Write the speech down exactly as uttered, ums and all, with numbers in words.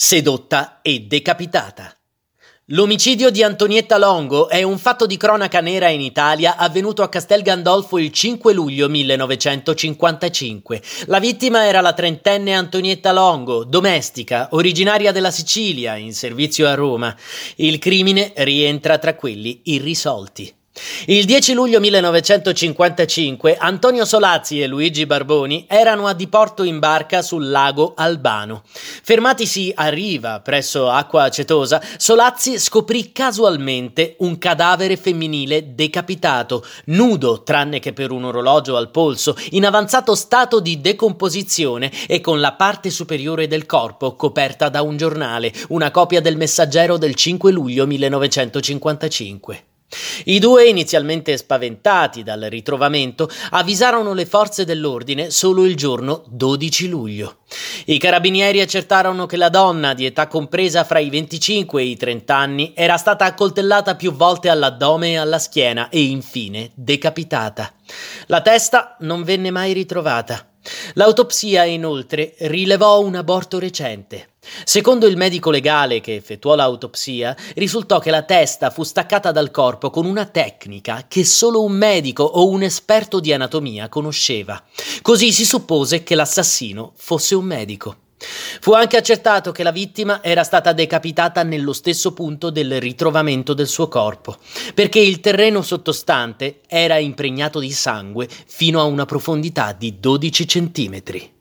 Sedotta e decapitata. L'omicidio di Antonietta Longo è un fatto di cronaca nera in Italia avvenuto a Castel Gandolfo il cinque luglio millenovecentocinquantacinque. La vittima era la trentenne Antonietta Longo, domestica, originaria della Sicilia, in servizio a Roma. Il crimine rientra tra quelli irrisolti. Il dieci luglio millenovecentocinquantacinque Antonio Solazzi e Luigi Barboni erano a diporto in barca sul lago Albano. Fermatisi a riva, presso Acqua Acetosa, Solazzi scoprì casualmente un cadavere femminile decapitato, nudo tranne che per un orologio al polso, in avanzato stato di decomposizione e con la parte superiore del corpo coperta da un giornale, una copia del Messaggero del cinque luglio millenovecentocinquantacinque. I due, inizialmente spaventati dal ritrovamento, avvisarono le forze dell'ordine solo il giorno dodici luglio. I carabinieri accertarono che la donna, di età compresa fra i venticinque e i trenta anni, era stata accoltellata più volte all'addome e alla schiena e infine decapitata. La testa non venne mai ritrovata. L'autopsia, inoltre, rilevò un aborto recente. Secondo il medico legale che effettuò l'autopsia, risultò che la testa fu staccata dal corpo con una tecnica che solo un medico o un esperto di anatomia conosceva. Così si suppose che l'assassino fosse un medico. Fu anche accertato che la vittima era stata decapitata nello stesso punto del ritrovamento del suo corpo, perché il terreno sottostante era impregnato di sangue fino a una profondità di dodici centimetri.